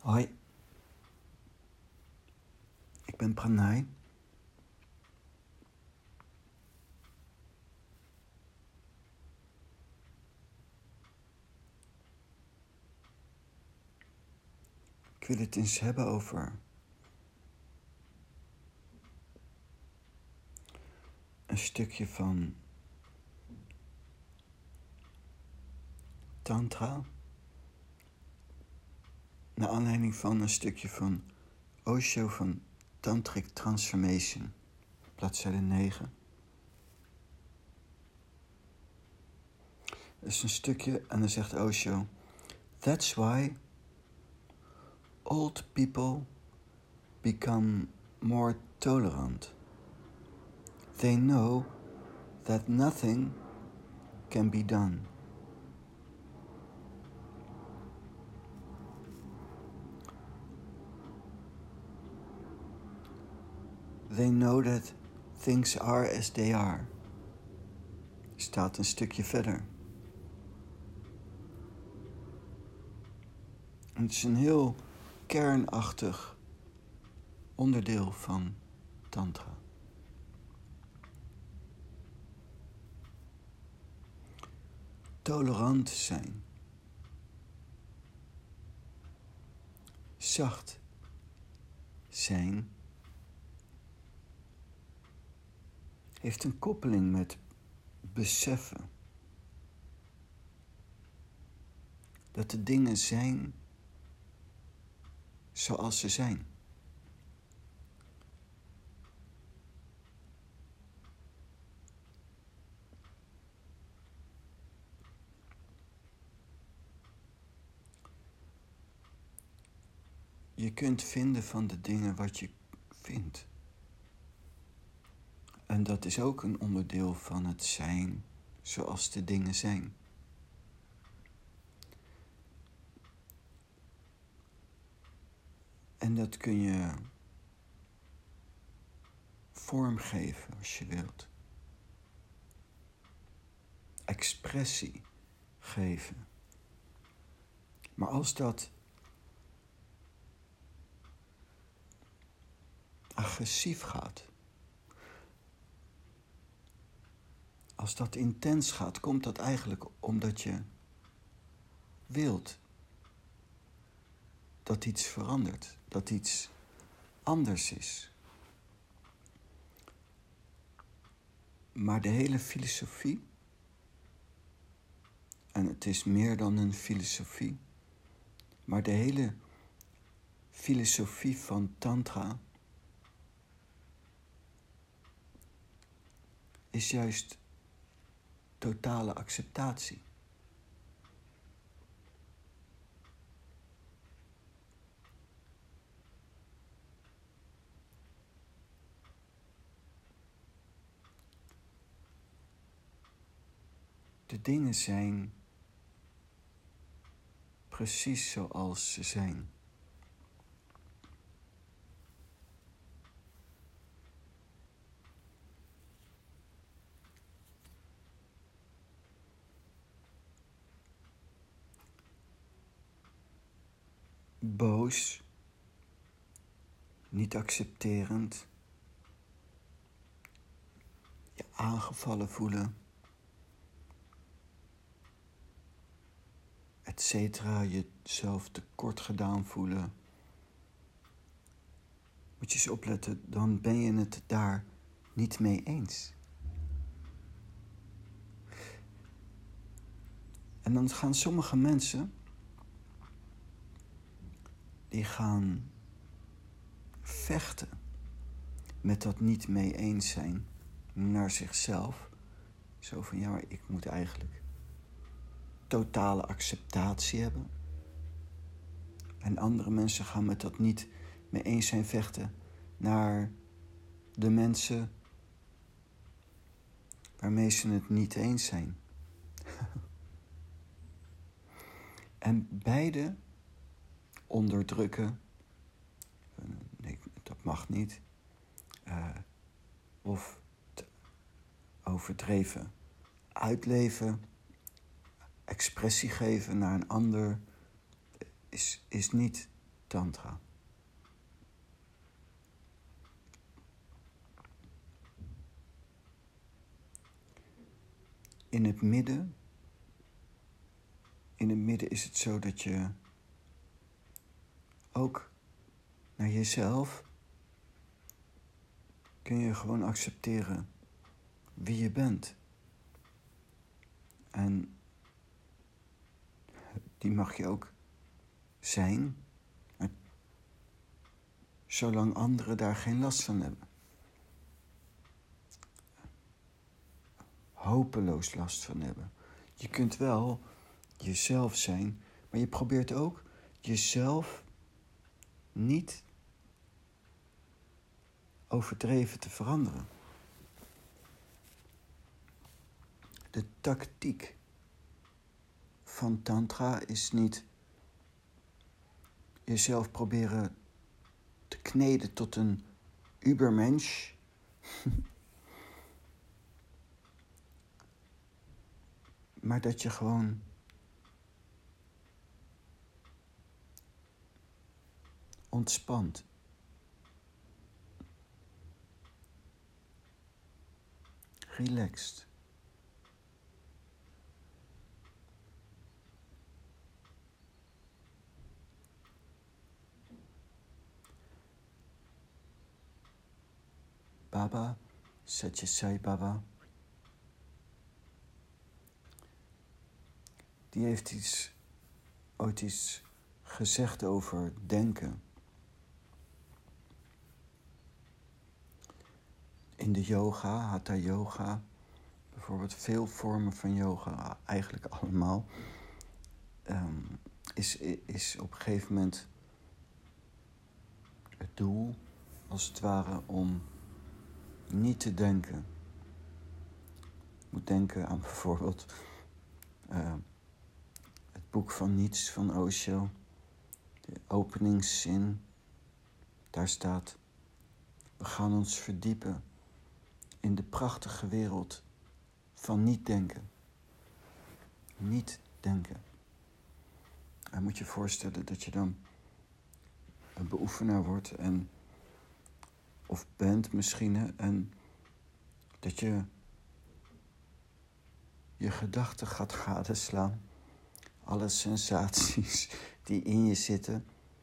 Hoi, ik ben Pranay. Ik wil het eens hebben over een stukje van Tantra, naar aanleiding van een stukje van Osho van Tantric Transformation, bladzijde 9. Dat is een stukje en dan zegt Osho: That's why old people become more tolerant. They know that nothing can be done. They know that things are as they are. Staat een stukje verder. En het is een heel kernachtig onderdeel van Tantra. Tolerant zijn. Zacht zijn. Heeft een koppeling met beseffen. Dat de dingen zijn zoals ze zijn. Je kunt vinden van de dingen wat je vindt. En dat is ook een onderdeel van het zijn zoals de dingen zijn. En dat kun je vormgeven als je wilt. Expressie geven. Maar als dat agressief gaat, als dat intens gaat, komt dat eigenlijk omdat je wilt dat iets verandert, dat iets anders is. Maar de hele filosofie, en het is meer dan een filosofie, maar de hele filosofie van Tantra is juist totale acceptatie. De dingen zijn precies zoals ze zijn. Boos, niet accepterend, je aangevallen voelen, etcetera, jezelf tekort gedaan voelen. Moet je eens opletten, dan ben je het daar niet mee eens. En dan gaan sommige mensen, die gaan vechten met dat niet mee eens zijn naar zichzelf. Zo van, ja, maar ik moet eigenlijk totale acceptatie hebben. En andere mensen gaan met dat niet mee eens zijn vechten naar de mensen waarmee ze het niet eens zijn. En beide onderdrukken. Nee, dat mag niet. Of overdreven uitleven, expressie geven naar een ander, is niet Tantra. In het midden is het zo dat je ook naar jezelf kun je gewoon accepteren wie je bent. En die mag je ook zijn, maar zolang anderen daar geen last van hebben. Hopeloos last van hebben. Je kunt wel jezelf zijn, maar je probeert ook jezelf niet overdreven te veranderen. De tactiek van Tantra is niet jezelf proberen te kneden tot een ubermensch. Maar dat je gewoon ontspant. Relaxed. Baba, Satyasai Baba, die heeft ooit iets gezegd over denken. In de yoga, Hatha yoga, bijvoorbeeld veel vormen van yoga, eigenlijk allemaal, is op een gegeven moment het doel, als het ware, om niet te denken. Je moet denken aan bijvoorbeeld het boek van Niets van Osho, de openingszin. Daar staat: we gaan ons verdiepen in de prachtige wereld van niet denken. Niet denken. En moet je voorstellen dat je dan een beoefenaar wordt of bent misschien, en dat je je gedachten gaat gadeslaan. Alle sensaties die in je zitten.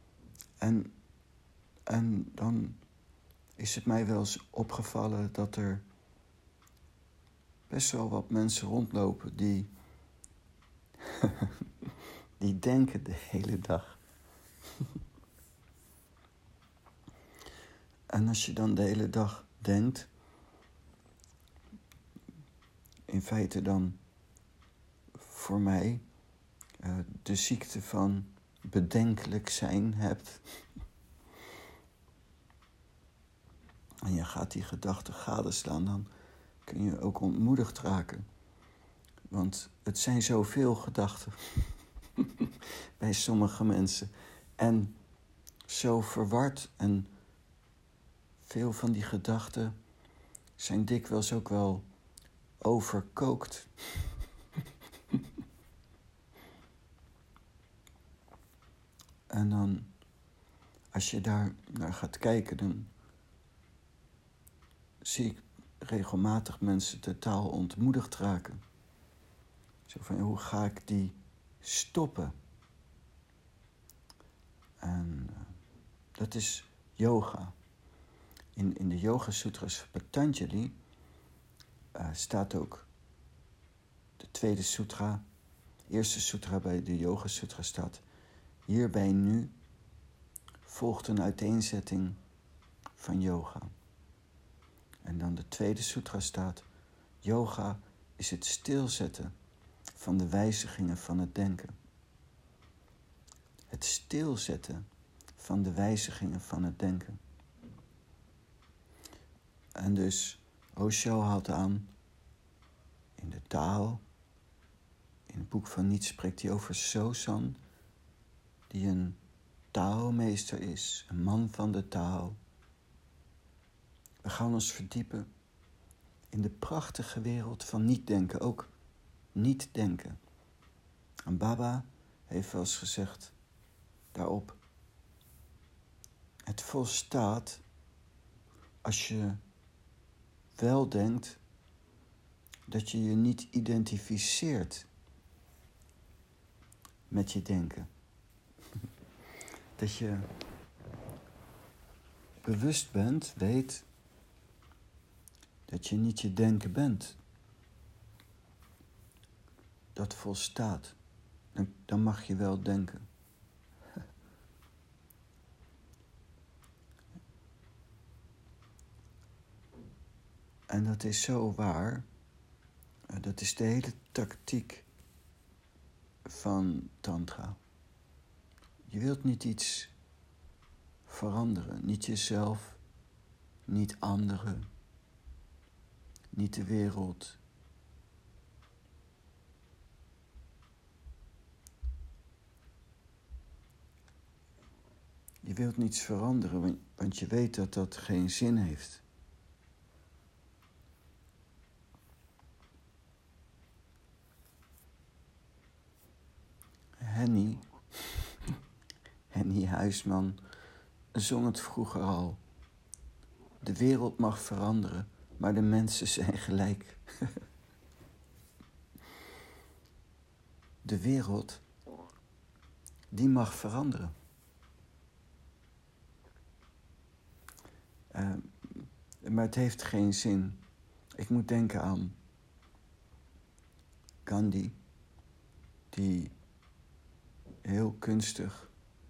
En dan is het mij wel eens opgevallen dat er best wel wat mensen rondlopen die die denken de hele dag. En als je dan de hele dag denkt, in feite dan voor mij de ziekte van bedenkelijk zijn hebt. En je gaat die gedachten gadeslaan, dan kun je ook ontmoedigd raken. Want het zijn zoveel gedachten bij sommige mensen. En zo verward. En veel van die gedachten zijn dikwijls ook wel overkookt. En dan, als je daar naar gaat kijken, dan zie ik regelmatig mensen totaal ontmoedigd raken. Zo van, hoe ga ik die stoppen? En dat is yoga. In de Yoga Sutras van Patanjali staat ook de tweede sutra. Eerste sutra bij de Yoga Sutra staat: hierbij nu volgt een uiteenzetting van yoga. En dan de tweede sutra staat: yoga is het stilzetten van de wijzigingen van het denken. Het stilzetten van de wijzigingen van het denken. En dus Osho haalt aan, in de taal, in het boek van Niets spreekt hij over Sosan, die een taalmeester is, een man van de taal. We gaan ons verdiepen in de prachtige wereld van niet denken, ook niet denken. En Baba heeft wel eens gezegd daarop: het volstaat als je wel denkt dat je je niet identificeert met je denken. Dat je bewust bent, weet dat je niet je denken bent. Dat volstaat. Dan mag je wel denken. En dat is zo waar. Dat is de hele tactiek van tantra. Je wilt niet iets veranderen. Niet jezelf, niet anderen, niet de wereld. Je wilt niets veranderen, want je weet dat dat geen zin heeft. Henny Huisman zong het vroeger al. De wereld mag veranderen, maar de mensen zijn gelijk. De wereld, die mag veranderen. Maar het heeft geen zin. Ik moet denken aan Gandhi, die heel kunstig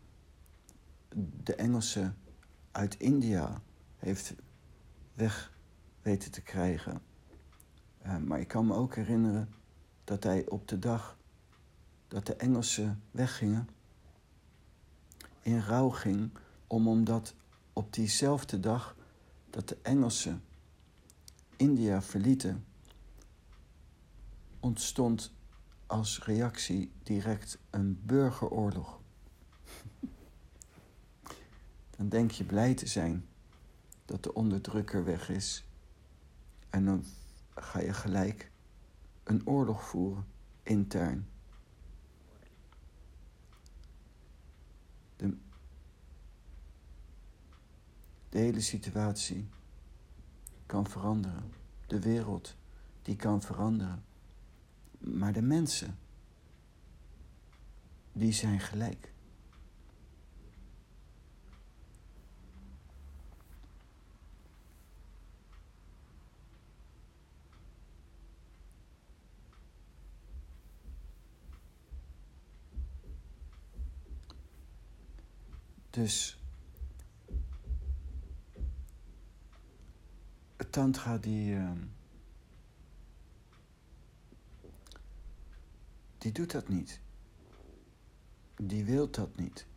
de Engelsen uit India heeft weg weten te krijgen. Maar ik kan me ook herinneren dat hij op de dag dat de Engelsen weggingen, in rouw ging, omdat op diezelfde dag dat de Engelsen India verlieten, ontstond als reactie direct een burgeroorlog. Dan denk je blij te zijn dat de onderdrukker weg is. En dan ga je gelijk een oorlog voeren, intern. De hele situatie kan veranderen. De wereld, die kan veranderen. Maar de mensen, die zijn gelijk. Dus tantra die doet dat niet. Die wil dat niet.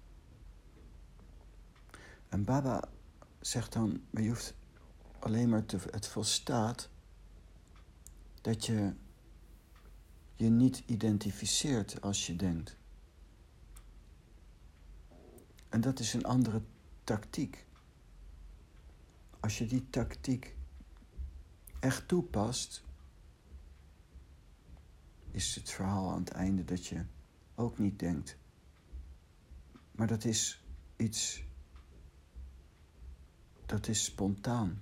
En Baba zegt dan, maar je hoeft alleen maar het volstaat dat je je niet identificeert als je denkt. En dat is een andere tactiek. Als je die tactiek echt toepast, is het verhaal aan het einde dat je ook niet denkt. Maar dat is iets, dat is spontaan.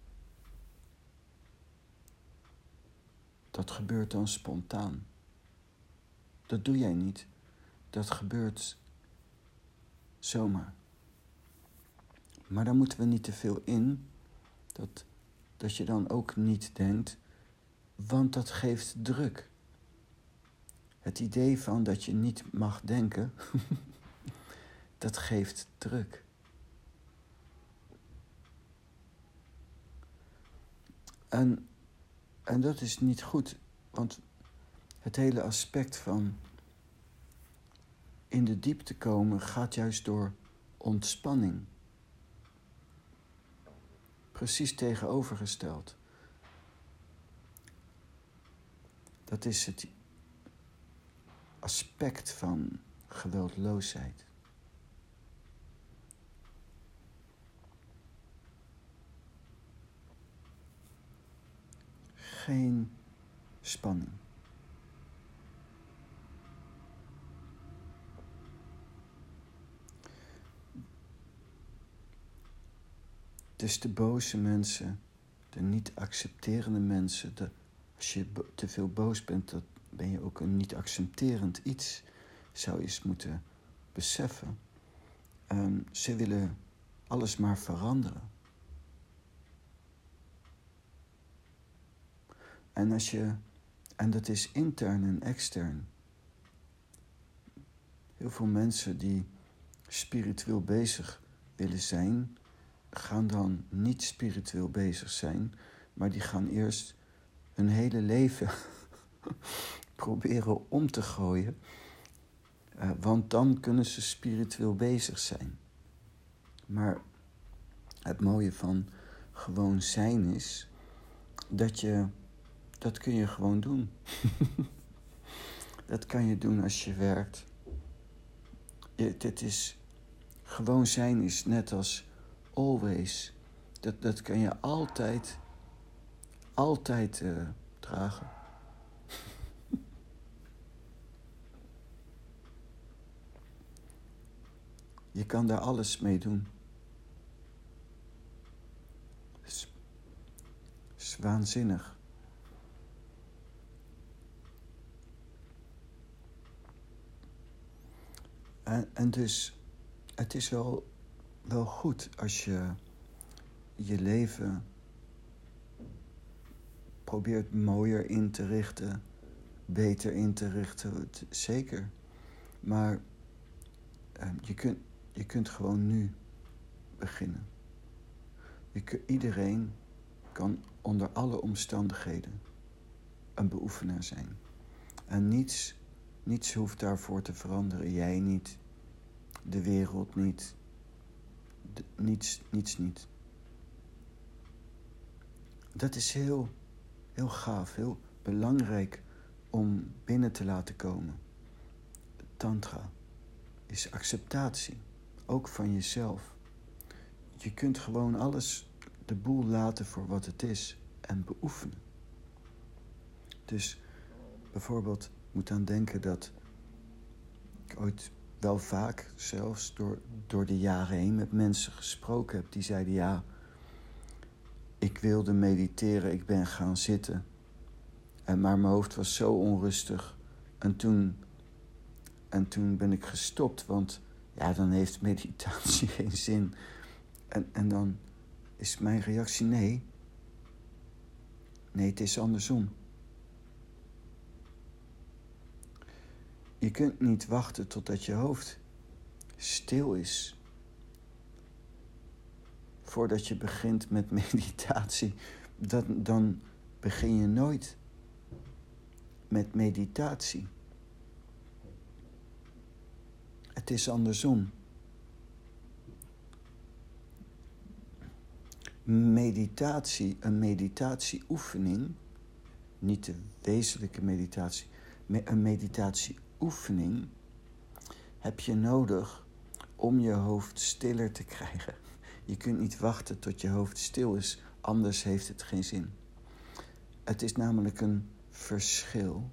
Dat gebeurt dan spontaan. Dat doe jij niet. Dat gebeurt zomaar. Maar daar moeten we niet te veel in. Dat je dan ook niet denkt, want dat geeft druk. Het idee van dat je niet mag denken, dat geeft druk. En dat is niet goed, want het hele aspect van in de diepte komen gaat juist door ontspanning. Precies tegenovergesteld. Dat is het aspect van geweldloosheid. Geen spanning. Dus de boze mensen, de niet accepterende mensen, als je te veel boos bent, dan ben je ook een niet accepterend iets, zou je eens moeten beseffen. Ze willen alles maar veranderen. En dat is intern en extern. Heel veel mensen die spiritueel bezig willen zijn, gaan dan niet spiritueel bezig zijn, maar die gaan eerst hun hele leven proberen om te gooien, want dan kunnen ze spiritueel bezig zijn. Maar het mooie van gewoon zijn is dat kun je gewoon doen. Dat kan je doen als je werkt. Gewoon zijn is net als always. Dat kan je altijd dragen. Je kan daar alles mee doen. Het is waanzinnig. En dus, het is wel goed als je je leven probeert mooier in te richten, beter in te richten, zeker. Maar je kunt gewoon nu beginnen. Iedereen kan onder alle omstandigheden een beoefenaar zijn. En niets hoeft daarvoor te veranderen. Jij niet, de wereld niet, niets niet. Dat is heel gaaf, heel belangrijk om binnen te laten komen. Tantra is acceptatie, ook van jezelf. Je kunt gewoon alles, de boel laten voor wat het is en beoefenen. Dus bijvoorbeeld, ik moet aan denken dat ik ooit wel vaak, zelfs door de jaren heen, met mensen gesproken heb die zeiden, ja, ik wilde mediteren, ik ben gaan zitten. Maar mijn hoofd was zo onrustig. En toen ben ik gestopt, want ja, dan heeft meditatie geen zin. En dan is mijn reactie nee, het is andersom. Je kunt niet wachten totdat je hoofd stil is voordat je begint met meditatie. Dan begin je nooit met meditatie. Het is andersom. Meditatie, een meditatieoefening, niet de wezenlijke meditatie, maar een meditatieoefening heb je nodig om je hoofd stiller te krijgen. Je kunt niet wachten tot je hoofd stil is, anders heeft het geen zin. Het is namelijk een verschil.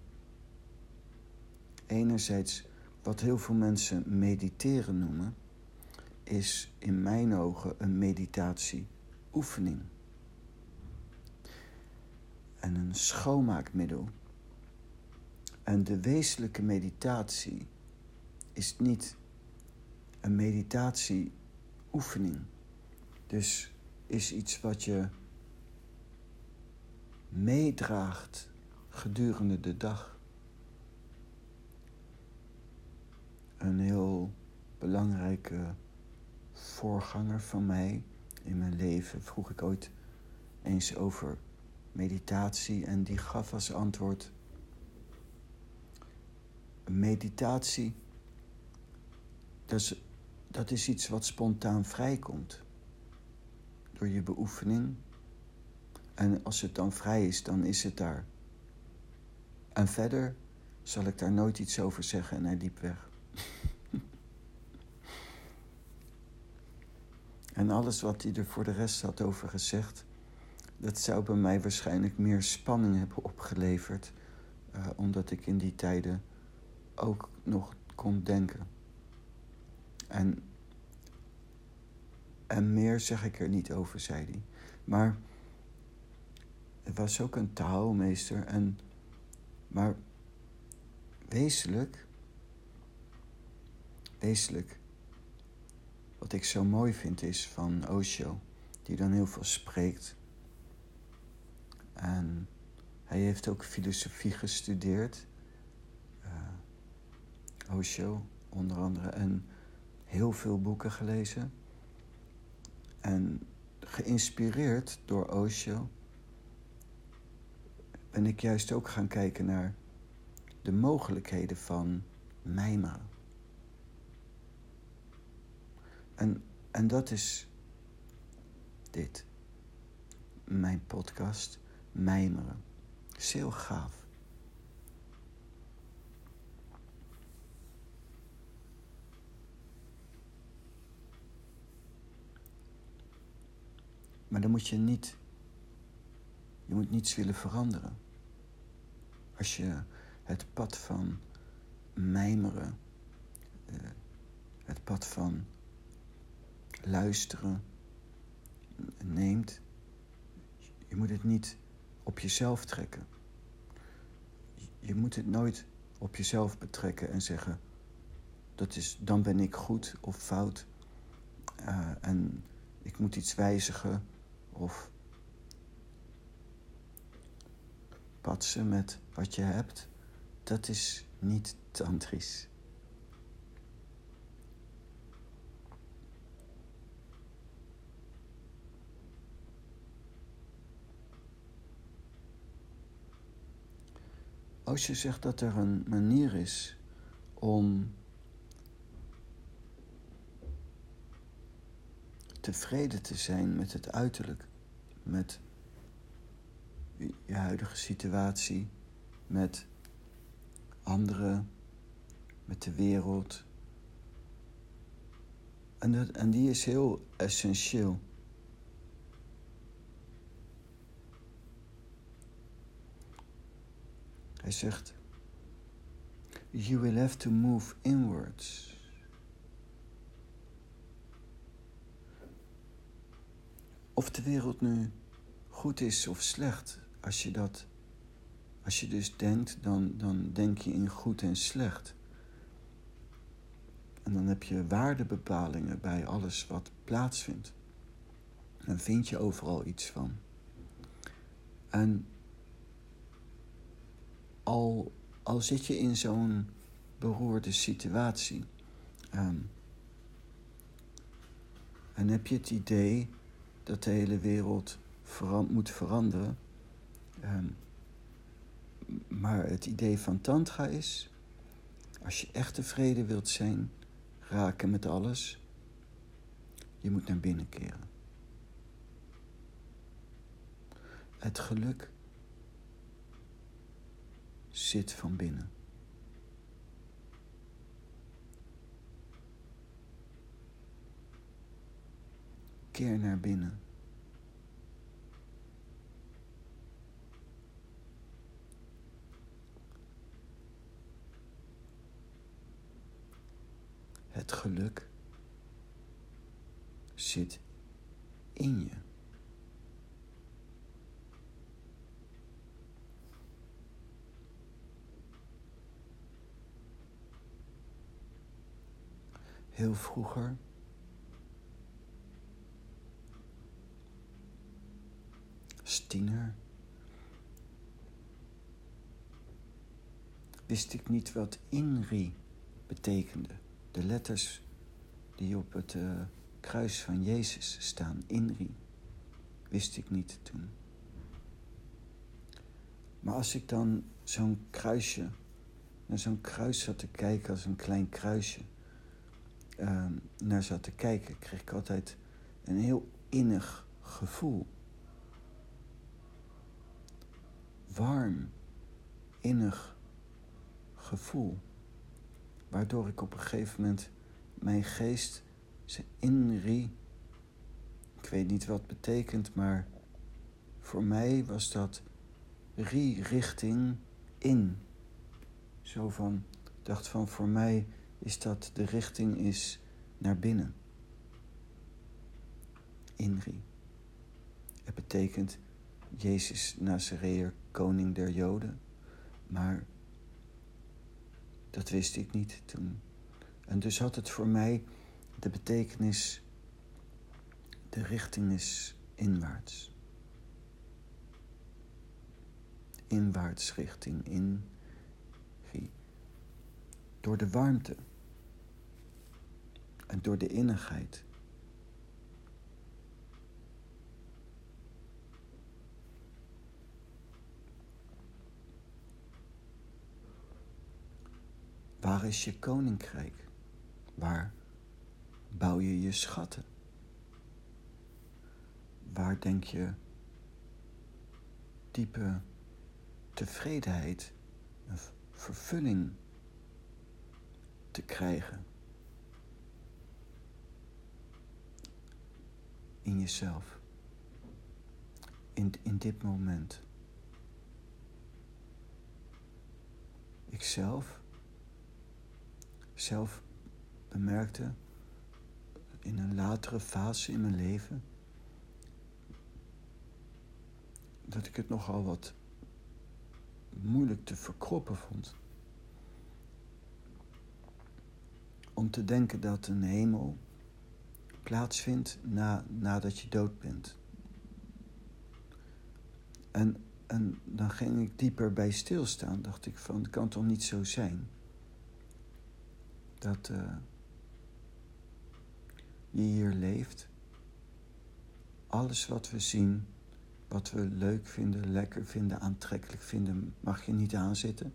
Enerzijds, wat heel veel mensen mediteren noemen, is in mijn ogen een meditatieoefening. En een schoonmaakmiddel. En de wezenlijke meditatie is niet een meditatieoefening. Dus is iets wat je meedraagt gedurende de dag. Een heel belangrijke voorganger van mij in mijn leven vroeg ik ooit eens over meditatie en die gaf als antwoord: meditatie, dat is iets wat spontaan vrijkomt door je beoefening. En als het dan vrij is, dan is het daar. En verder zal ik daar nooit iets over zeggen en hij liep weg. En alles wat hij er voor de rest had over gezegd, dat zou bij mij waarschijnlijk meer spanning hebben opgeleverd. Omdat ik in die tijden ook nog kon denken. En En meer zeg ik er niet over, zei hij. Maar het was ook een Tao-meester. Maar wezenlijk, wat ik zo mooi vind is van Osho, die dan heel veel spreekt. En hij heeft ook filosofie gestudeerd. Osho, onder andere. En heel veel boeken gelezen. En geïnspireerd door Osho ben ik juist ook gaan kijken naar de mogelijkheden van mijmeren. En dat is dit. Mijn podcast, mijmeren. Is heel gaaf. Maar dan moet je moet niets willen veranderen. Als je het pad van mijmeren, het pad van luisteren neemt, je moet het niet op jezelf trekken. Je moet het nooit op jezelf betrekken en zeggen, dan ben ik goed of fout. En ik moet iets wijzigen of patsen met wat je hebt. Dat is niet tantrisch. Als je zegt dat er een manier is om tevreden te zijn met het uiterlijk, met je huidige situatie, met anderen, met de wereld. En die is heel essentieel. Hij zegt, you will have to move inwards. Of de wereld nu goed is of slecht, als je dus denkt, dan denk je in goed en slecht. En dan heb je waardebepalingen bij alles wat plaatsvindt. Dan vind je overal iets van. En al zit je in zo'n beroerde situatie, en heb je het idee dat de hele wereld moet veranderen, maar het idee van tantra is, als je echt tevreden wilt zijn, raken met alles, je moet naar binnen keren. Het geluk zit van binnen. Keer naar binnen. Het geluk zit in je. Heel vroeger als tiener wist ik niet wat INRI betekende. De letters die op het kruis van Jezus staan, INRI, wist ik niet toen. Maar als ik dan naar zo'n kruis zat te kijken als een klein kruisje, naar zat te kijken, kreeg ik altijd een heel innig gevoel. Warm, innig gevoel. Waardoor ik op een gegeven moment mijn geest, zijn INRI, ik weet niet wat het betekent, maar voor mij was dat richting in. Zo van, dacht van, voor mij is dat de richting is naar binnen. Inri. Het betekent Jezus Nazareër, koning der Joden. Maar dat wist ik niet toen. En dus had het voor mij de betekenis, de richting is inwaarts. Inwaarts richting in. Door de warmte en door de innigheid. Waar is je koninkrijk? Waar bouw je je schatten? Waar denk je diepe tevredenheid en vervulling te krijgen in jezelf, in dit moment? Ik zelf bemerkte in een latere fase in mijn leven dat ik het nogal wat moeilijk te verkroppen vond. Om te denken dat een hemel plaatsvindt nadat je dood bent. En dan ging ik dieper bij stilstaan. Dacht ik van, het kan toch niet zo zijn dat je hier leeft. Alles wat we zien, wat we leuk vinden, lekker vinden, aantrekkelijk vinden, mag je niet aanzitten.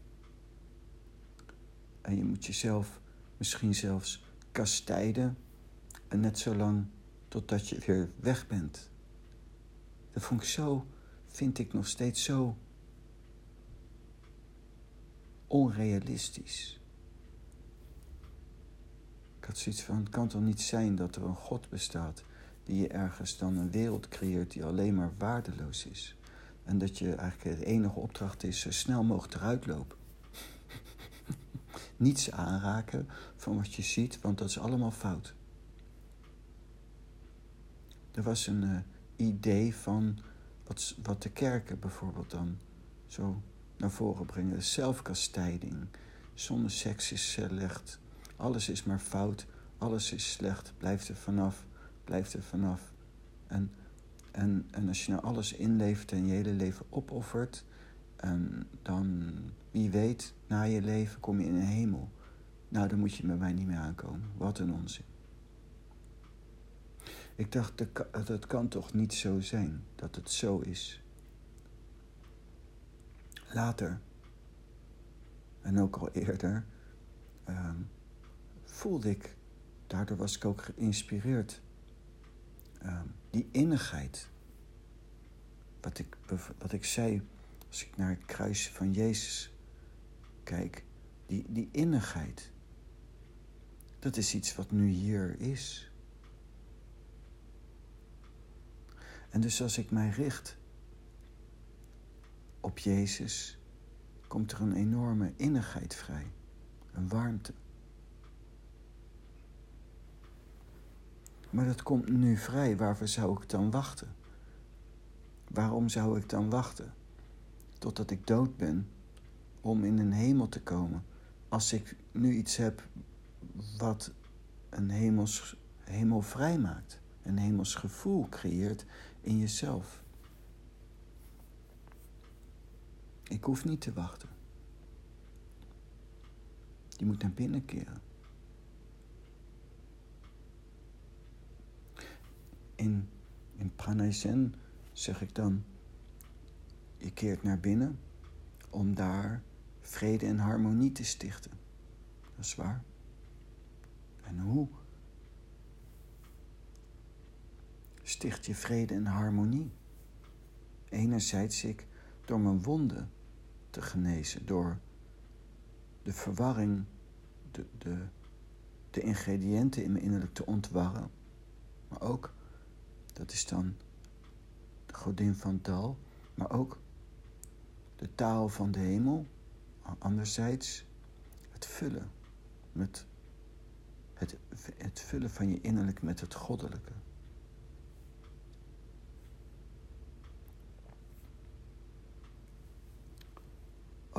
En je moet jezelf misschien zelfs kastijden. En net zo lang totdat je weer weg bent. Dat vind ik nog steeds zo onrealistisch. Ik had zoiets van, het kan toch niet zijn dat er een God bestaat die je ergens dan een wereld creëert die alleen maar waardeloos is. En dat je eigenlijk de enige opdracht is zo snel mogelijk eruit lopen. Niets aanraken van wat je ziet, want dat is allemaal fout. Er was een idee van wat de kerken bijvoorbeeld dan zo naar voren brengen. Zelfkastijding. Zonder seks is slecht. Alles is maar fout. Alles is slecht. Blijf er vanaf. En als je nou alles inlevert en je hele leven opoffert, dan, wie weet, na je leven kom je in een hemel. Nou, dan moet je met mij niet meer aankomen. Wat een onzin. Ik dacht, dat kan toch niet zo zijn, dat het zo is. Later, en ook al eerder, voelde ik, daardoor was ik ook geïnspireerd, die innigheid. Wat ik zei, als ik naar het kruis van Jezus kijk, die innigheid, dat is iets wat nu hier is. En dus als ik mij richt op Jezus, komt er een enorme innigheid vrij. Een warmte. Maar dat komt nu vrij. Waarvoor zou ik dan wachten? Waarom zou ik dan wachten totdat ik dood ben om in een hemel te komen? Als ik nu iets heb wat een hemel vrijmaakt. Een hemels gevoel creëert in jezelf. Ik hoef niet te wachten. Je moet naar binnen keren. In Pranay Zen zeg ik dan, je keert naar binnen om daar vrede en harmonie te stichten. Dat is waar. En hoe sticht je vrede en harmonie? Enerzijds door mijn wonden te genezen, door de verwarring, de ingrediënten in mijn innerlijk te ontwarren. Maar ook, dat is dan de godin van het dal, maar ook de taal van de hemel. Anderzijds het vullen met het vullen van je innerlijk met het goddelijke.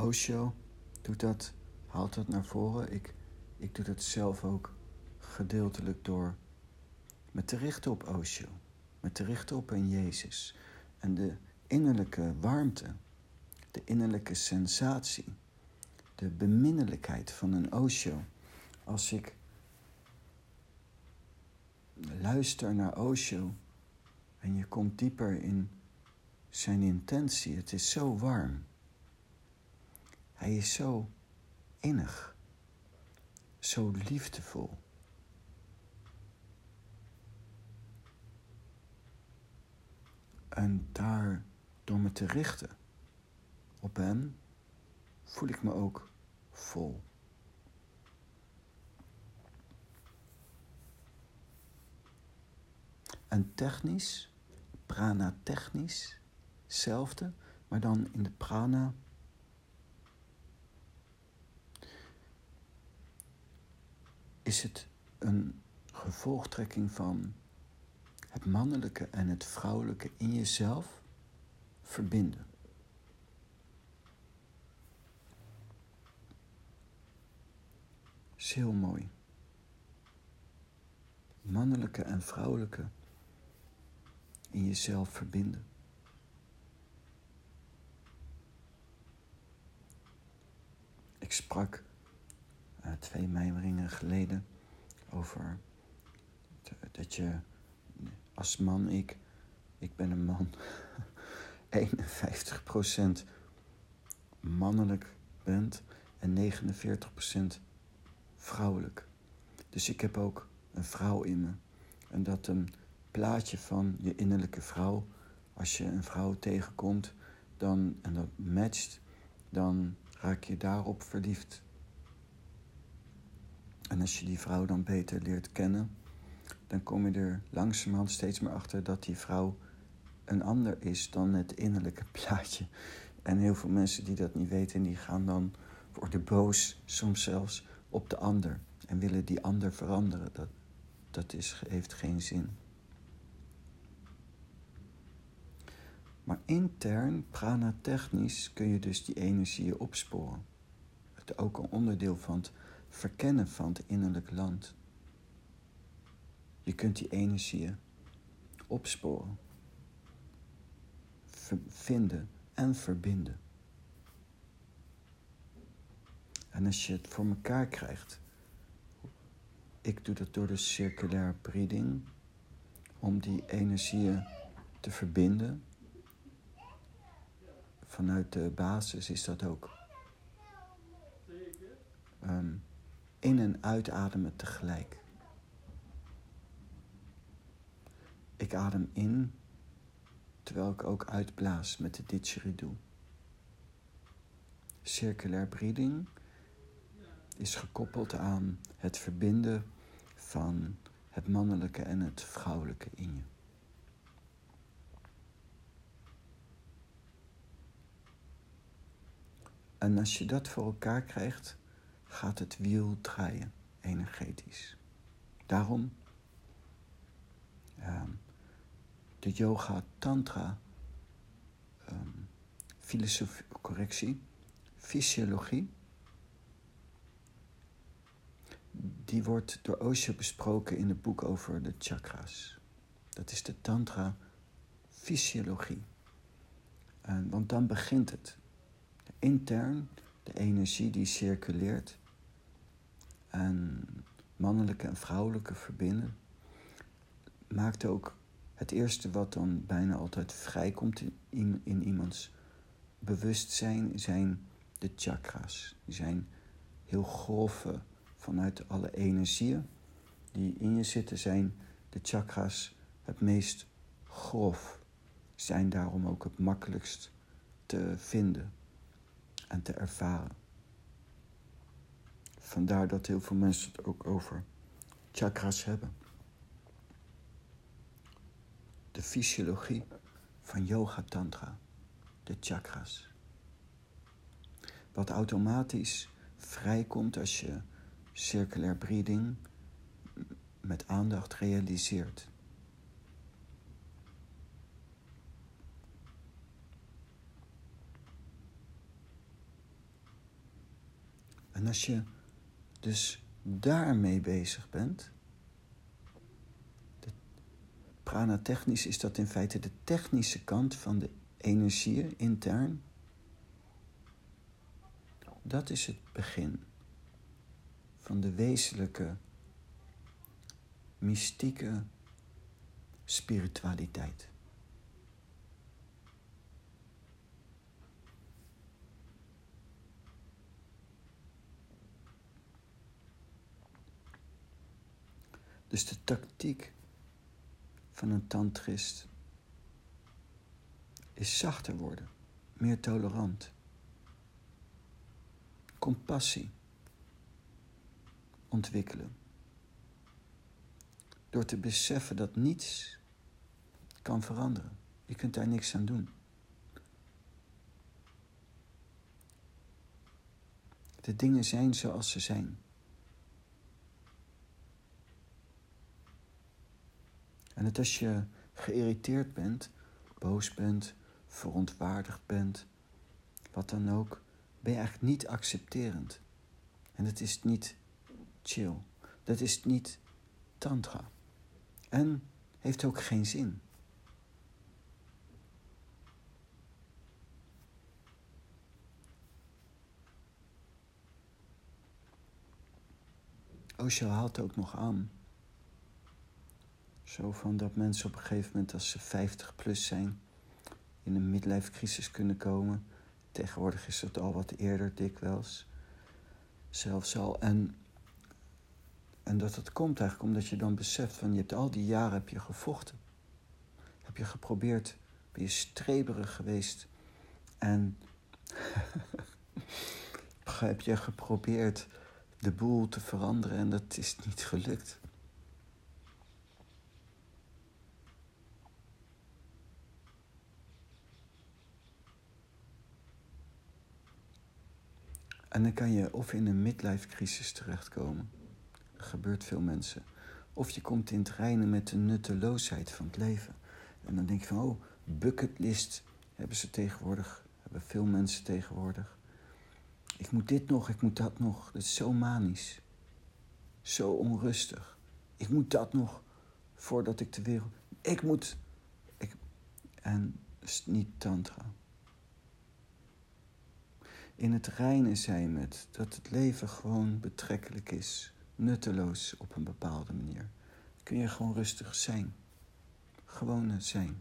Osho haalt dat naar voren. Ik doe dat zelf ook gedeeltelijk door me te richten op Osho. Me te richten op een Jezus. En de innerlijke warmte, de innerlijke sensatie, de beminnelijkheid van een Osho. Als ik luister naar Osho en je komt dieper in zijn intentie, het is zo warm. Hij is zo innig, zo liefdevol. En daar, door me te richten op hem, voel ik me ook vol. En technisch, prana technisch, hetzelfde, maar dan in de prana is het een gevolgtrekking van het mannelijke en het vrouwelijke in jezelf verbinden. Is heel mooi. Mannelijke en vrouwelijke in jezelf verbinden. Ik sprak 2 mijmeringen geleden over dat je als man, ik ben een man, 51% mannelijk bent en 49% vrouwelijk. Dus ik heb ook een vrouw in me. En dat een plaatje van je innerlijke vrouw, als je een vrouw tegenkomt en dat matcht, dan raak je daarop verliefd. En als je die vrouw dan beter leert kennen, dan kom je er langzamerhand steeds meer achter dat die vrouw een ander is dan het innerlijke plaatje. En heel veel mensen die dat niet weten, die gaan dan worden boos, soms zelfs op de ander. En willen die ander veranderen. Dat heeft geen zin. Maar intern, prana-technisch, kun je dus die energieën opsporen. Het is ook een onderdeel van het verkennen van het innerlijk land. Je kunt die energieën opsporen, vinden en verbinden. En als je het voor elkaar krijgt, ik doe dat door de circulaire breathing, om die energieën te verbinden. Vanuit de basis is dat ook in- en uitademen tegelijk. Ik adem in, terwijl ik ook uitblaas met de didgeridoo. Circulaire breathing is gekoppeld aan het verbinden van het mannelijke en het vrouwelijke in je. En als je dat voor elkaar krijgt, gaat het wiel draaien, energetisch. Daarom de yoga tantra fysiologie, die wordt door Osho besproken in het boek over de chakras. Dat is de tantra fysiologie. Want dan begint het. Intern, de energie die circuleert en mannelijke en vrouwelijke verbinden, maakt ook het eerste wat dan bijna altijd vrijkomt in iemands bewustzijn zijn de chakras. Die zijn heel grove, vanuit alle energieën die in je zitten, zijn de chakras het meest grof. Zijn daarom ook het makkelijkst te vinden en te ervaren. Vandaar dat heel veel mensen het ook over chakras hebben. De fysiologie van yoga tantra, de chakras. Wat automatisch vrijkomt als je circulaire breathing met aandacht realiseert. En als je dus daarmee bezig bent, prana-technisch is dat in feite de technische kant van de energieën intern. Dat is het begin van de wezenlijke, mystieke spiritualiteit. Dus de tactiek van een tantrist is zachter worden, meer tolerant, compassie ontwikkelen. Door te beseffen dat niets kan veranderen. Je kunt daar niks aan doen. De dingen zijn zoals ze zijn. En dat als je geïrriteerd bent, boos bent, verontwaardigd bent, wat dan ook, ben je eigenlijk niet accepterend. En dat is niet chill. Dat is niet tantra. En heeft ook geen zin. Osho haalt ook nog aan. Zo van dat mensen op een gegeven moment als ze 50 plus zijn in een midlife crisis kunnen komen. Tegenwoordig is het al wat eerder dikwijls. Zelfs al. En dat komt eigenlijk omdat je dan beseft van je hebt al die jaren heb je gevochten. Heb je geprobeerd, ben je streberig geweest. En heb je geprobeerd de boel te veranderen en dat is niet gelukt. En dan kan je of in een midlife crisis terechtkomen. Dat gebeurt veel mensen. Of je komt in het reinen met de nutteloosheid van het leven. En dan denk je van, oh, bucketlist hebben ze tegenwoordig. Hebben veel mensen tegenwoordig. Ik moet dit nog, ik moet dat nog. Dat is zo manisch. Zo onrustig. Ik moet dat nog voordat ik de wereld... En dat is niet tantra. In het reinen zijn met dat het leven gewoon betrekkelijk is. Nutteloos op een bepaalde manier. Kun je gewoon rustig zijn. Gewoon zijn.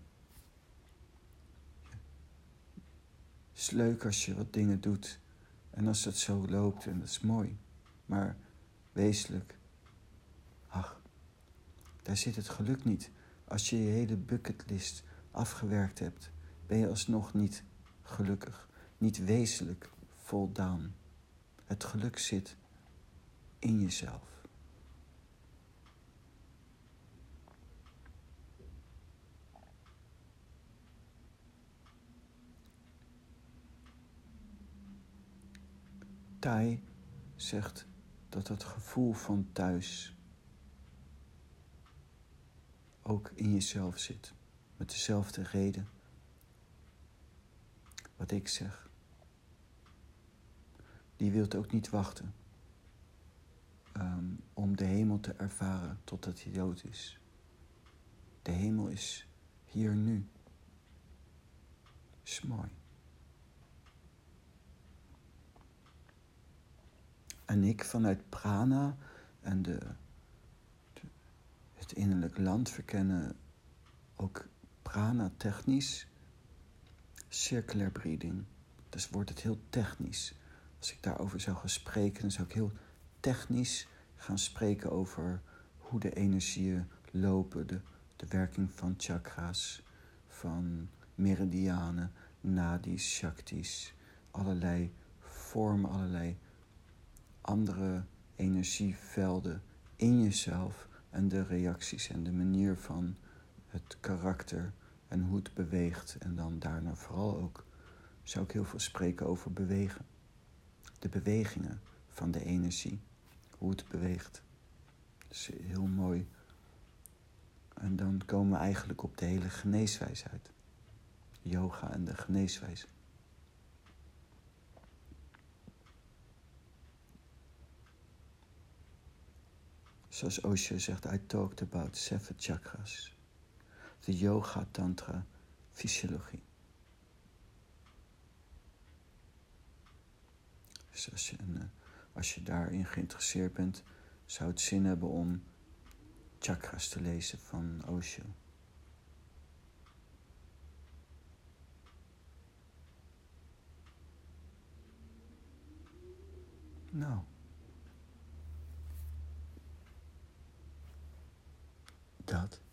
Het is leuk als je wat dingen doet. En als dat zo loopt, en dat is mooi. Maar wezenlijk, daar zit het geluk niet. Als je je hele bucketlist afgewerkt hebt, ben je alsnog niet gelukkig. Niet wezenlijk voldaan. Het geluk zit in jezelf. Thai zegt dat het gevoel van thuis ook in jezelf zit. Met dezelfde reden wat ik zeg. Die wilt ook niet wachten om de hemel te ervaren totdat hij dood is. De hemel is hier nu. Is mooi. En ik vanuit prana en het innerlijk land verkennen ook prana technisch. Circular breathing. Dus wordt het heel technisch. Als ik daarover zou gaan spreken, dan zou ik heel technisch gaan spreken over hoe de energieën lopen, de werking van chakra's, van meridianen, nadis, shaktis, allerlei vormen, allerlei andere energievelden in jezelf en de reacties en de manier van het karakter en hoe het beweegt. En dan daarna vooral ook zou ik heel veel spreken over bewegen. De bewegingen van de energie, hoe het beweegt. Dat is heel mooi. En dan komen we eigenlijk op de hele geneeswijze uit. Yoga en de geneeswijze. Zoals Osho zegt, I talked about 7 chakras. De yoga, tantra, fysiologie. Dus als je daarin geïnteresseerd bent, zou het zin hebben om chakras te lezen van Osho. Nou. Dat.